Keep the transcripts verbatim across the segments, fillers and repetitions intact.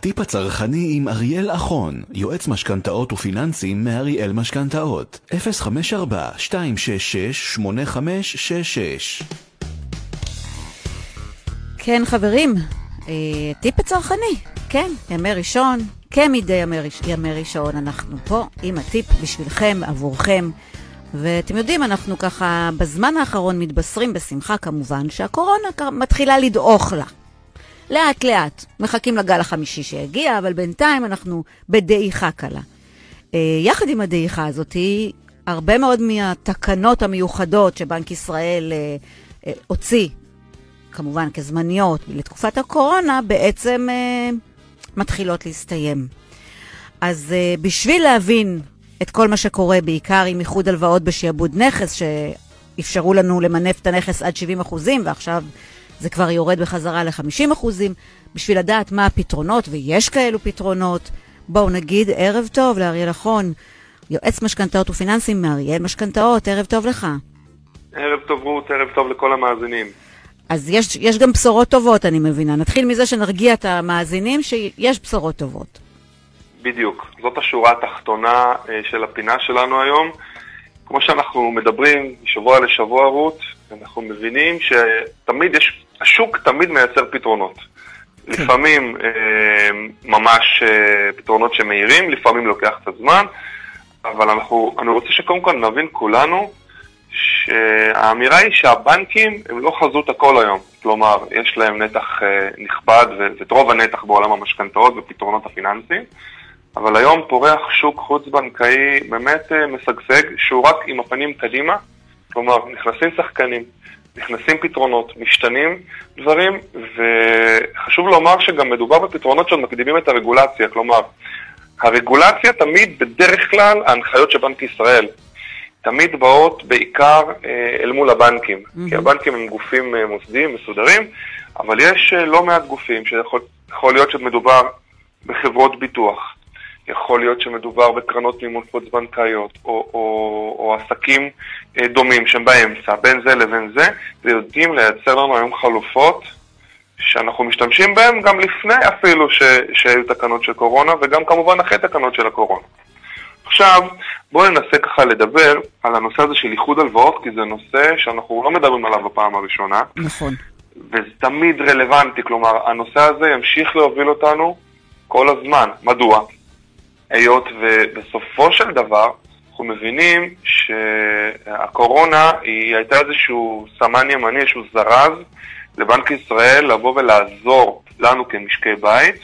הטיפ הצרכני עם אריאל אחון, יועץ משכנתאות ופיננסים מאריאל משכנתאות. אפס חמש ארבע שתיים שש שש שמונה חמש שש שש. כן חברים, טיפ הצרכני, כן, ימי ראשון, כמדי ימי, ימי ראשון אנחנו פה עם הטיפ בשבילכם, עבורכם. ואתם יודעים, אנחנו ככה בזמן האחרון מתבשרים בשמחה כמובן שהקורונה מתחילה לדעוך לה. לאט לאט, מחכים לגל החמישי שהגיע, אבל בינתיים אנחנו בדעיכה קלה. יחד עם הדעיכה הזאת, הרבה מאוד מהתקנות המיוחדות שבנק ישראל הוציא, כמובן כזמניות, לתקופת הקורונה, בעצם מתחילות להסתיים. אז בשביל להבין את כל מה שקורה, בעיקר עם איחוד הלוואות בשיעבוד נכס, שאפשרו לנו למנף את הנכס עד שבעים אחוזים, ועכשיו זה כבר יורד בחזרה ל-חמישים אחוזים, בשביל לדעת מה הפתרונות, ויש כאלו פתרונות. בואו נגיד ערב טוב לאריאל אחון, יועץ משכנתאות ופיננסים מאריאל משכנתאות, ערב טוב לך. ערב טוב רות, ערב טוב לכל המאזינים. אז יש, יש גם בשורות טובות, אני מבינה. נתחיל מזה שנרגיע את המאזינים שיש בשורות טובות. בדיוק, זאת השורה התחתונה של הפינה שלנו היום. כמו שאנחנו מדברים משבוע לשבוע רות, אנחנו מבינים שתמיד יש, השוק תמיד מייצר פתרונות. כן. לפעמים אה, ממש אה, פתרונות שמהירים, לפעמים לוקח קצת זמן, אבל אנחנו, אני רוצה שקודם כל נבין כולנו, שהאמירה היא שהבנקים הם לא חזות הכל היום. כלומר, יש להם נתח אה, נכבד ואת רוב הנתח בעולם המשכנתאות ופתרונות הפיננסיים, אבל היום פורח שוק חוץ-בנקאי באמת אה, משגשג, שהוא רק עם הפנים קדימה, כלומר, נכנסים שחקנים, נכנסים פתרונות, משתנים דברים, וחשוב לומר שגם מדובר בפתרונות שעוד מקדימים את הרגולציה, כלומר, הרגולציה תמיד בדרך כלל, ההנחיות של בנק ישראל, תמיד באות בעיקר אה, אל מול הבנקים, mm-hmm. כי הבנקים הם גופים אה, מוסדיים, מסודרים, אבל יש אה, לא מעט גופים שיכול יכול להיות שמדובר בחברות ביטוח, יכול להיות שמדובר בקרנות מימון חוץ-בנקאיות, או, או, או עסקים אה, דומים שהם באמצע, בין זה לבין זה, ויודעים לייצר לנו היום חלופות שאנחנו משתמשים בהם גם לפני אפילו ש, שהיו תקנות של קורונה, וגם כמובן אחרי תקנות של הקורונה. עכשיו, בואו ננסה ככה לדבר על הנושא הזה של איחוד הלוואות, כי זה נושא שאנחנו לא מדברים עליו בפעם הראשונה. נכון. וזה תמיד רלוונטי, כלומר, הנושא הזה ימשיך להוביל אותנו כל הזמן. מדוע? היות ובסופו של דבר, אנחנו מבינים שהקורונה היא הייתה איזשהו סמן ימני, איזשהו זרז לבנק ישראל לבוא ולעזור לנו כמשקי בית,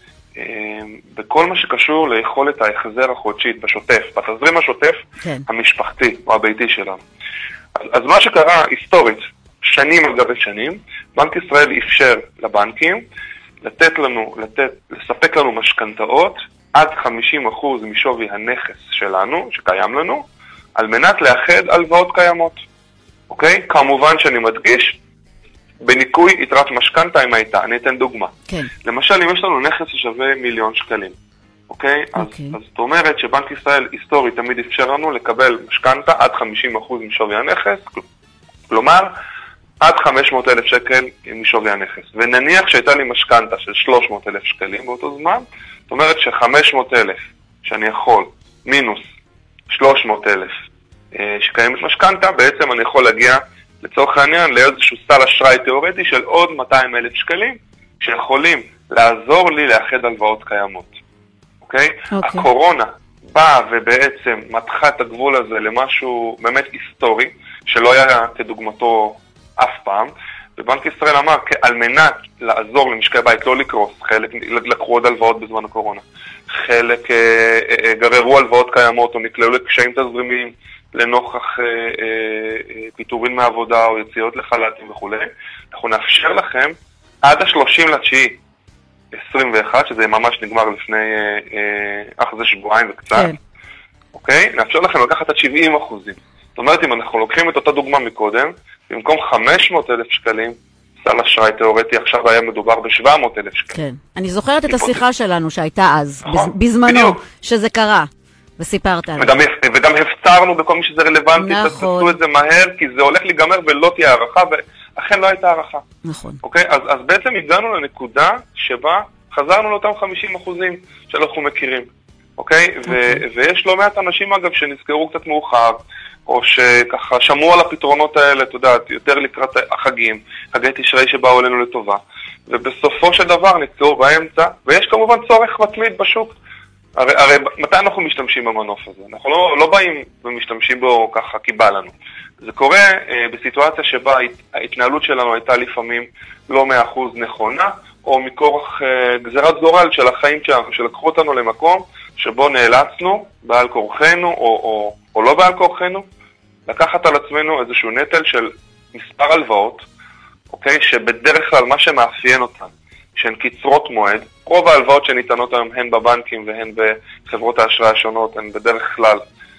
בכל מה שקשור ליכולת ההחזר החודשית בשוטף, בתזרים השוטף כן. המשפחתי או הביתי שלנו. אז, אז מה שקרה היסטורית, שנים על גבי שנים, בנק ישראל אפשר לבנקים לתת לנו, לתת, לספק לנו משכנתאות עד חמישים אחוז משווי הנכס שלנו, שקיים לנו, על מנת לאחד הלוואות קיימות. אוקיי? כמובן שאני מדגיש, בניקוי יתרת משכנתה אם הייתה. אני אתן דוגמה. כן. למשל, אם יש לנו נכס ששווה מיליון שקלים, אוקיי? אוקיי. אז, אז זאת אומרת שבנק ישראל היסטורי תמיד אפשר לנו לקבל משכנתה עד חמישים אחוז משווי הנכס, כלומר, עד חמש מאות אלף שקל משווי הנכס. ונניח שהייתה לי משכנתה של שלוש מאות אלף שקלים באותו זמן, זאת אומרת ש-חמש מאות אלף שאני יכול, מינוס שלוש מאות אלף שקיימת משכנתה, בעצם אני יכול להגיע לצורך העניין לאיזשהו סל אשראי תיאורטי של עוד מאתיים אלף שקלים, שיכולים לעזור לי לאחד הלוואות קיימות. אוקיי? אוקיי. הקורונה באה ובעצם מתחה את הגבול הזה למשהו באמת היסטורי, שלא היה כדוגמתו אף פעם, ובנק ישראל אמר, על מנת לעזור למשקי בית לא לקרוס, חלק לקחו עוד הלוואות בזמן הקורונה, חלק אה, אה, גררו הלוואות קיימות או נקלעו לקשיים תזרימיים לנוכח אה, אה, פיטורין מעבודה או יציאות לחל"תים וכו'. אנחנו נאפשר לכם עד ה-שלושים לתשיעי עשרים ואחת, שזה ממש נגמר לפני אך זה שבועיים וקצת, כן. אוקיי? נאפשר לכם לקחת עד שבעים אחוזים. זאת אומרת, אם אנחנו לוקחים את אותה דוגמה מקודם, במקום חמש מאות אלף שקלים, סל אשראי תיאורטי, עכשיו היה מדובר ב-שבע מאות אלף שקלים. כן. אני זוכרת את השיחה שלנו שהייתה אז, בזמנו, שזה קרה, וסיפרת עליו. וגם, וגם הפצרנו בכל מי שזה רלוונטי, נכון. תעשו את זה מהר, כי זה הולך להיגמר ולא תהיה הערכה, ואכן לא הייתה הערכה. נכון. אוקיי? אז, אז בעצם הגענו לנקודה שבה חזרנו לאותם חמישים אחוזים שאנחנו מכירים, אוקיי? ו- ויש לא מעט אנשים אגב שנזכרו קצת מאוחר, או שככה שמעו על הפתרונות האלה, אתה יודע, יותר לקראת החגים, חגי תשרי שבאו אלינו לטובה, ובסופו של דבר נזכרו באמצע, ויש כמובן צורך מתמיד בשוק. הרי, הרי מתי אנחנו משתמשים במנוף הזה? אנחנו לא, לא באים ומשתמשים בו ככה כי בא לנו. זה קורה אה, בסיטואציה שבה ההתנהלות שלנו הייתה לפעמים לא מאה אחוז נכונה, או מכורח אה, גזירת גורל של החיים שלנו, שלקחו אותנו למקום שבו נאלצנו, בעל כורחנו, או, או, או לא בעל כורחנו, לקחת על עצמנו איזשהו נטל של מספר הלוואות, אוקיי? שבדרך כלל מה שמאפיין אותן, שהן קצרות מועד, רוב ההלוואות שניתנות היום הן בבנקים והן בחברות האשראי השונות, הן בדרך כלל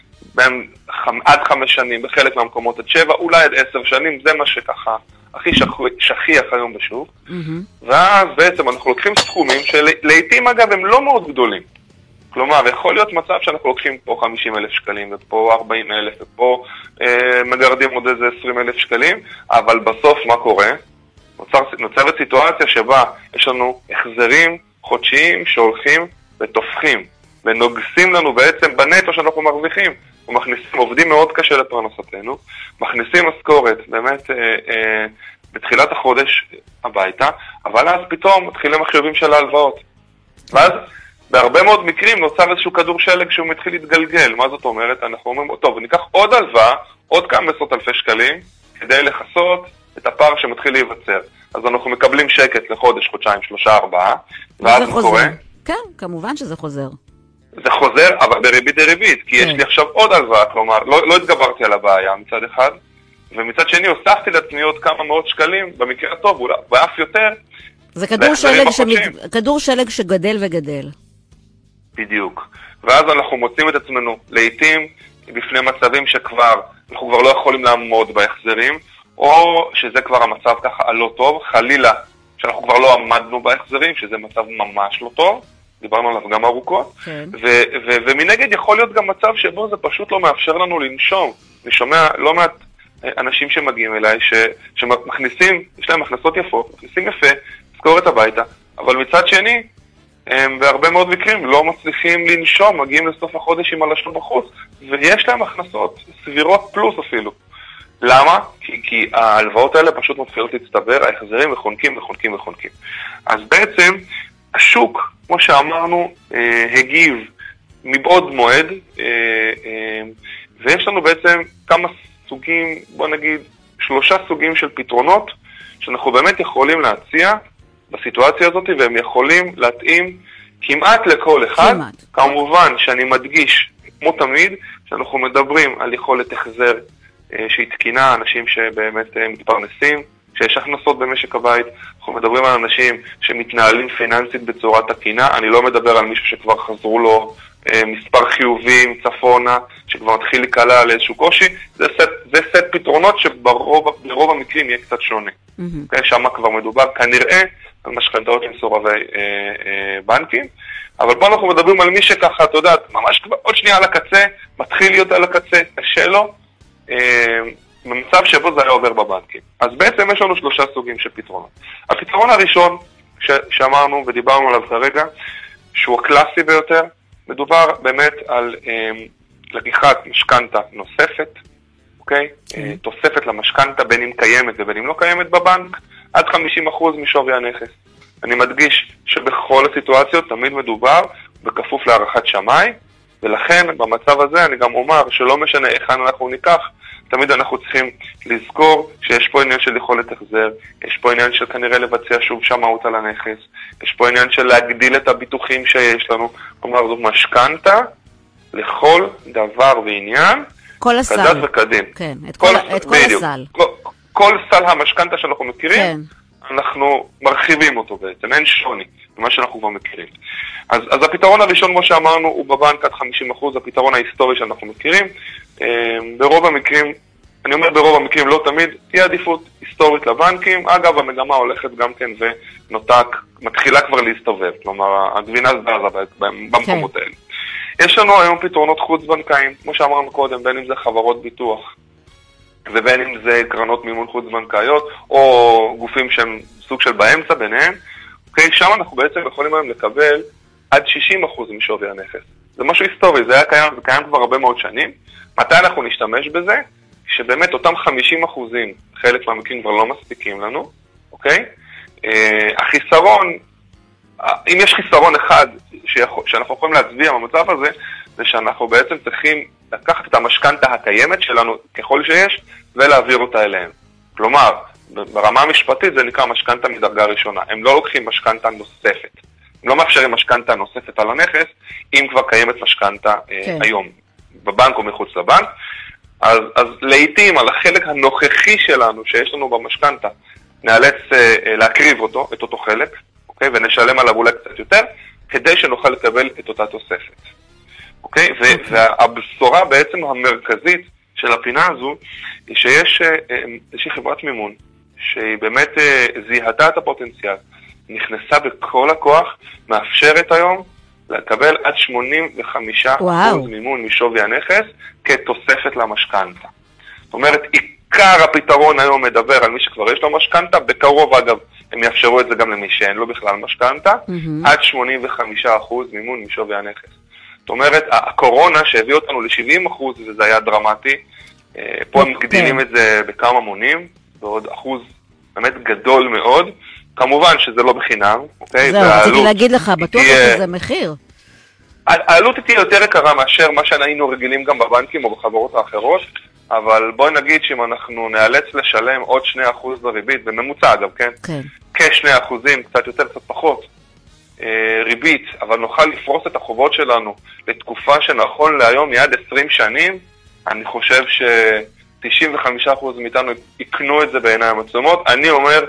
בין חמ... עד חמש שנים, בחלק מהמקומות עד שבע, אולי עד עשר שנים, זה מה שככה הכי שכיח היום בשוק. Mm-hmm. ואז בעצם אנחנו לוקחים סכומים שלעיתים אגב הם לא מאוד גדולים. כלומר, יכול להיות מצב שאנחנו לוקחים פה חמישים אלף שקלים, ופה ארבעים אלף, ופה אה, מגרדים עוד איזה עשרים אלף שקלים, אבל בסוף מה קורה? נוצר, נוצרת סיטואציה שבה יש לנו החזרים חודשיים שהולכים ותופחים, ונוגסים לנו בעצם בנטו שאנחנו מרוויחים. ומכניסים, עובדים מאוד קשה לפרנסתנו, מכניסים משכורת באמת אה, אה, בתחילת החודש הביתה, אבל אז פתאום מתחילים החיובים של ההלוואות. ואז בהרבה מאוד מקרים נוצר איזשהו כדור שלג שהוא מתחיל להתגלגל. מה זאת אומרת? אנחנו אומרים, טוב, ניקח עוד הלוואה, עוד כמה עשרות אלפי שקלים, כדי לחסות את הפער שמתחיל להיווצר. אז אנחנו מקבלים שקט לחודש, חודשיים, שלושה, ארבעה, ואז מה קורה? כן, כמובן שזה חוזר. זה חוזר, אבל בריבית דריבית, כי יש לי עכשיו עוד הלוואה, כלומר, לא, לא התגברתי על הבעיה מצד אחד, ומצד שני הוספתי לעצמי עוד כמה מאות שקלים, במקרה הטוב, ואף יותר. זה כדור שלג, שמת... כדור שלג שגדל וגדל. בדיוק. ואז אנחנו מוצאים את עצמנו לעתים בפני מצבים שכבר, אנחנו כבר לא יכולים לעמוד בהחזרים, או שזה כבר המצב ככה הלא טוב, חלילה, שאנחנו כבר לא עמדנו בהחזרים, שזה מצב ממש לא טוב, דיברנו עליו גם ארוכות, כן. ו- ו- ומנגד יכול להיות גם מצב שבו זה פשוט לא מאפשר לנו לנשום. אני שומע לא מעט אנשים שמגיעים אליי, ש- שמכניסים, יש להם הכנסות יפות, מכניסים יפה, משכורת הביתה, אבל מצד שני, הם בהרבה מאוד מקרים לא מצליחים לנשום, מגיעים לסוף החודש עם הלשון בחוץ, ויש להם הכנסות סבירות פלוס אפילו. למה? כי, כי ההלוואות האלה פשוט מתחילות להצטבר, ההחזרים וחונקים וחונקים וחונקים. אז בעצם, השוק, כמו שאמרנו, אה, הגיב מבעוד מועד, אה, אה, ויש לנו בעצם כמה סוגים, בוא נגיד, שלושה סוגים של פתרונות, שאנחנו באמת יכולים להציע בסיטואציה הזאת, והם יכולים להתאים כמעט לכל אחד. כמעט. כמובן שאני מדגיש, כמו תמיד, שאנחנו מדברים על יכולת החזר אה, שהיא תקינה, אנשים שבאמת אה, מתפרנסים, שיש הכנסות במשק הבית, אנחנו מדברים על אנשים שמתנהלים פיננסית בצורה תקינה, אני לא מדבר על מישהו שכבר חזרו לו אה, מספר חיובים, צפונה, שכבר מתחיל להיקלע על איזשהו קושי, זה סט, זה סט פתרונות שברוב ברוב המקרים יהיה קצת שונה. Mm-hmm. שם כבר מדובר כנראה על משכנתאות עם סורבי אה, אה, בנקים, אבל פה אנחנו מדברים על מי שככה, אתה יודע, ממש עוד שנייה על הקצה, מתחיל להיות על הקצה, קשה לו, אה, במצב שבו זה היה עובר בבנקים. אז בעצם יש לנו שלושה סוגים של פתרונות. הפתרון הראשון ש- שאמרנו ודיברנו עליו כרגע, שהוא הקלאסי ביותר, מדובר באמת על אה, לקיחת משכנתה נוספת, אוקיי? Mm-hmm. אה, תוספת למשכנתה בין אם קיימת ובין אם לא קיימת בבנק, עד חמישים אחוז משווי הנכס. אני מדגיש שבכל הסיטואציות תמיד מדובר בכפוף להערכת שמאי, ולכן במצב הזה אני גם אומר שלא משנה איך אנחנו ניקח, תמיד אנחנו צריכים לזכור שיש פה עניין של יכולת החזר, יש פה עניין של כנראה לבצע שוב שמאות על הנכס, יש פה עניין של להגדיל את הביטוחים שיש לנו, כלומר זו משכנתה לכל דבר ועניין, כל הסל. כדת וכדין. כן, את כל, כל, את כל הסל. כל, כל סל המשכנתה שאנחנו מכירים, כן. אנחנו מרחיבים אותו בעצם, אין שוני ממה שאנחנו כבר מכירים. אז, אז הפתרון הראשון, כמו שאמרנו, הוא בבנק עד חמישים אחוז, הפתרון ההיסטורי שאנחנו מכירים. ברוב המקרים, אני אומר ברוב המקרים, לא תמיד, תהיה עדיפות היסטורית לבנקים. אגב, המגמה הולכת גם כן ונותק, מתחילה כבר להסתובב, כלומר, הגבינה זזה במקומות כן. האלה. יש לנו היום פתרונות חוץ-בנקאיים, כמו שאמרנו קודם, בין אם זה חברות ביטוח, ובין אם זה קרנות מימון חוץ-בנקאיות, או גופים שהם סוג של באמצע ביניהם, אוקיי? שם אנחנו בעצם יכולים היום לקבל עד שישים אחוז משווי הנכס. זה משהו היסטורי, זה היה קיים, זה קיים כבר הרבה מאוד שנים. מתי אנחנו נשתמש בזה? שבאמת אותם חמישים אחוזים, חלק מהמקרים כבר לא מספיקים לנו, אוקיי? אה, החיסרון, אם יש חיסרון אחד שיכול, שאנחנו יכולים להצביע במצב הזה, זה שאנחנו בעצם צריכים לקחת את המשכנתה הקיימת שלנו ככל שיש, ולהעביר אותה אליהם. כלומר, ברמה המשפטית זה נקרא משכנתה מדרגה ראשונה. הם לא לוקחים משכנתה נוספת. הם לא מאפשרים משכנתה נוספת על הנכס, אם כבר קיימת משכנתה כן. אה, היום, בבנק או מחוץ לבנק. אז, אז לעתים על החלק הנוכחי שלנו שיש לנו במשכנתה, נאלץ אה, להקריב אותו, את אותו חלק, אוקיי? ונשלם עליו אולי קצת יותר, כדי שנוכל לקבל את אותה תוספת. אוקיי? ו- okay. והבשורה בעצם המרכזית של הפינה הזו, היא שיש איזושהי חברת מימון, שהיא באמת זיהתה את הפוטנציאל, נכנסה בכל הכוח, מאפשרת היום לקבל עד שמונים וחמישה אחוז מימון משווי הנכס, כתוספת למשכנתה. זאת אומרת, עיקר הפתרון היום מדבר על מי שכבר יש לו משכנתה, בקרוב אגב, הם יאפשרו את זה גם למי שאין לו בכלל משכנתה, mm-hmm. עד שמונים וחמישה אחוז מימון משווי הנכס. זאת אומרת, הקורונה שהביא אותנו ל-שבעים אחוז, וזה היה דרמטי, פה הם מגדילים את זה בכמה מונים, ועוד אחוז באמת גדול מאוד. כמובן שזה לא בחינם, אוקיי? זהו, רציתי להגיד לך, בטוח שזה מחיר. העלות תהיה יותר יקרה מאשר מה שהיינו רגילים גם בבנקים או בחברות האחרות, אבל בואי נגיד שאם אנחנו נאלץ לשלם עוד שני אחוז בריבית, בממוצע אגב, כן? כן. כשני אחוזים, קצת יותר, קצת פחות, ריבית, אבל נוכל לפרוס את החובות שלנו לתקופה שנכון להיום יעד עשרים שנים, אני חושב ש-תשעים וחמישה אחוז מאיתנו יקנו את זה בעיניים עצומות. אני אומר,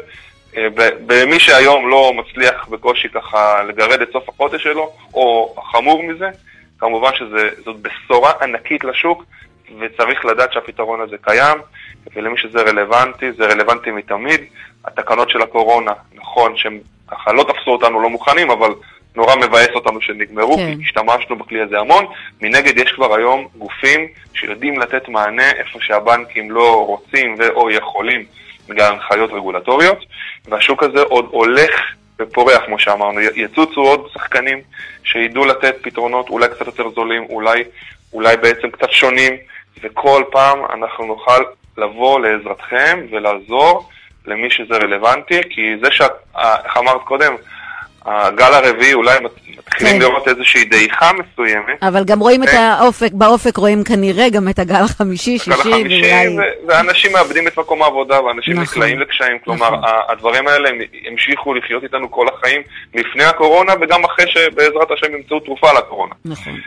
במי שהיום לא מצליח בקושי ככה לגרד את סוף החודש שלו, או חמור מזה, כמובן שזאת בשורה ענקית לשוק, וצריך לדעת שהפתרון הזה קיים, ולמי שזה רלוונטי, זה רלוונטי מתמיד. התקנות של הקורונה, נכון שהם ככה לא תפסו אותנו לא מוכנים, אבל נורא מבאס אותנו שנגמרו, כן. כי השתמשנו בכלי הזה המון. מנגד יש כבר היום גופים שיודעים לתת מענה איפה שהבנקים לא רוצים ו/או יכולים בגלל הנחיות רגולטוריות, והשוק הזה עוד הולך ופורח, כמו שאמרנו. יצוצו עוד שחקנים שידעו לתת פתרונות אולי קצת יותר זולים, אולי, אולי בעצם קצת שונים, וכל פעם אנחנו נוכל לבוא לעזרתכם ולעזור למי שזה רלוונטי, כי זה שאיך אמרת קודם, הגל הרביעי אולי מתחילים לראות איזושהי דעיכה מסוימת. אבל גם רואים את האופק, באופק רואים כנראה גם את הגל החמישי, שישי, הגל החמישי, ואנשים מאבדים את מקום העבודה, ואנשים נקלעים לקשיים, כלומר, הדברים האלה המשיכו לחיות איתנו כל החיים לפני הקורונה, וגם אחרי שבעזרת השם ימצאו תרופה לקורונה. נכון.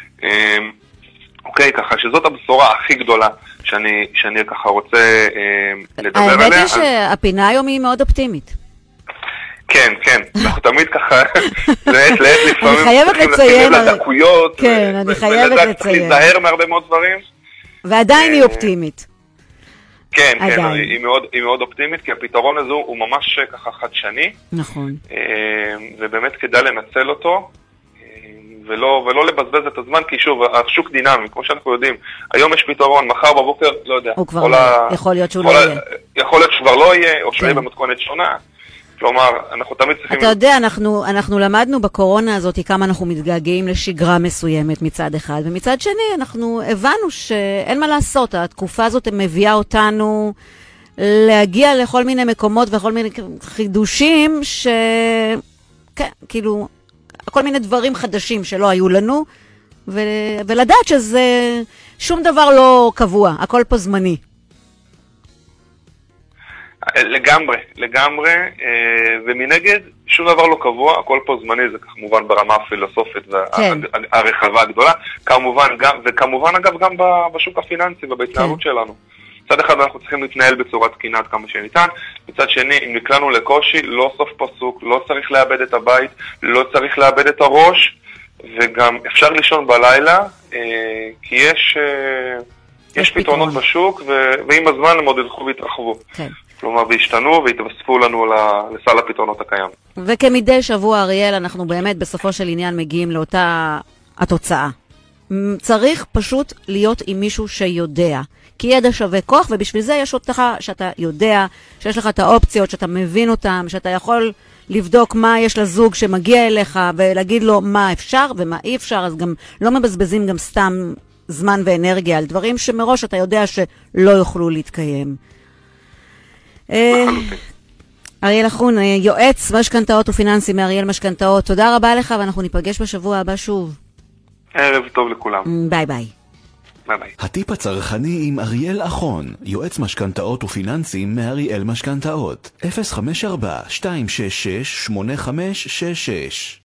אוקיי, ככה שזאת הבשורה הכי גדולה שאני, שאני ככה רוצה לדבר עליה. האמת היא שהפינה היום היא מאוד אופטימית. כן, כן, אנחנו תמיד ככה, לעת לעת לפעמים אני חייבת לציין, לדקויות, כן, אני חייבת לציין. צריך להיזהר מהרבה מאוד דברים. ועדיין היא אופטימית. כן, כן, היא מאוד, היא מאוד אופטימית, כי הפתרון הזה הוא ממש ככה חדשני. נכון. ובאמת כדאי לנצל אותו, ולא, ולא לבזבז את הזמן, כי שוב, השוק דינמי, כמו שאנחנו יודעים. היום יש פתרון, מחר בבוקר, לא יודע. הוא כבר לא, יכול להיות שהוא לא יהיה. יכול להיות שכבר לא יהיה, או שיהיה במתכונת שונה. כלומר, אנחנו תמיד צריכים... אתה יודע, אנחנו, אנחנו למדנו בקורונה הזאת כמה אנחנו מתגעגעים לשגרה מסוימת מצד אחד, ומצד שני אנחנו הבנו שאין מה לעשות, התקופה הזאת מביאה אותנו להגיע לכל מיני מקומות וכל מיני חידושים ש... כן, כאילו, כל מיני דברים חדשים שלא היו לנו, ו... ולדעת שזה שום דבר לא קבוע, הכל פה זמני. לגמרי, לגמרי, ומנגד שום דבר לא קבוע, הכל פה זמני, זה כמובן ברמה הפילוסופית והרחבה הגדולה, כמובן גם, וכמובן אגב גם בשוק הפיננסי ובהתנהלות שלנו. מצד אחד אנחנו צריכים להתנהל בצורה תקינה עד כמה שניתן, מצד שני, אם נקלענו לקושי, לא סוף פסוק, לא צריך לאבד את הבית, לא צריך לאבד את הראש, וגם אפשר לישון בלילה, כי יש... יש פתרונות בשוק, ועם הזמן הם עוד ילכו והתרחבו. כלומר, והשתנו והתווספו לנו לסל הפתרונות הקיים. וכמדי שבוע, אריאל, אנחנו באמת בסופו של עניין מגיעים לאותה התוצאה. צריך פשוט להיות עם מישהו שיודע. כי ידע שווה כוח, ובשביל זה יש אותך שאתה יודע, שיש לך את האופציות, שאתה מבין אותם, שאתה יכול לבדוק מה יש לזוג שמגיע אליך, ולהגיד לו מה אפשר ומה אי אפשר, אז גם לא מבזבזים גם סתם זמן ואנרגיה על דברים שמראש אתה יודע שלא יוכלו להתקיים. אריאל אחון, יועץ משכנתאות ופיננסי מאריאל משכנתאות, תודה רבה לך, ואנחנו ניפגש בשבוע הבא שוב. ערב טוב לכולם. ביי ביי. ביי ביי. הטיפ הצרכני עם אריאל אחון, יועץ משכנתאות ופיננסים מאריאל משכנתאות. אפס חמש ארבע שתיים שש שש שמונה חמש שש שש